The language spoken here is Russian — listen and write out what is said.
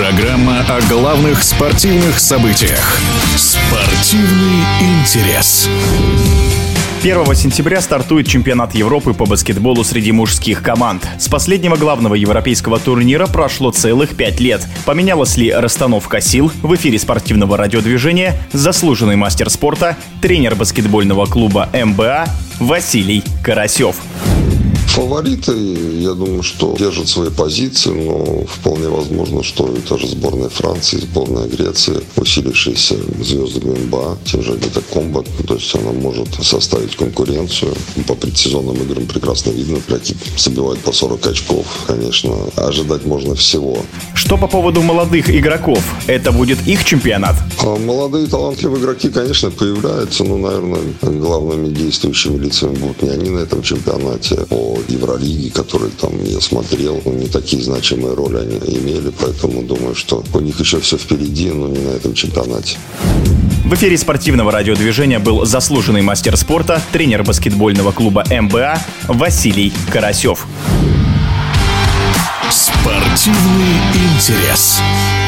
Программа о главных спортивных событиях. Спортивный интерес. 1 сентября стартует чемпионат Европы по баскетболу среди мужских команд. С последнего главного европейского турнира прошло целых 5 лет. Поменялась ли расстановка сил? В эфире спортивного радиодвижения заслуженный мастер спорта, тренер баскетбольного клуба МБА Василий Карасев. Фавориты, я думаю, что держат свои позиции, но вполне возможно, что и та же сборная Франции, сборная Греции, усилившиеся звездами НБА, тем же Комбат, то есть она может составить конкуренцию. По предсезонным играм прекрасно видно, игроки забивают по 40 очков. Конечно, ожидать можно всего. Что по поводу молодых игроков? Это будет их чемпионат? Молодые талантливые игроки, конечно, появляются, но, наверное, главными действующими лицами будут не они на этом чемпионате, по Евролиге, которые там я смотрел, не такие значимые роли они имели, поэтому думаю, что у них еще все впереди, но не на этом чемпионате. В эфире спортивного радиодвижения был заслуженный мастер спорта, тренер баскетбольного клуба МБА Василий Карасев. Спортивный интерес.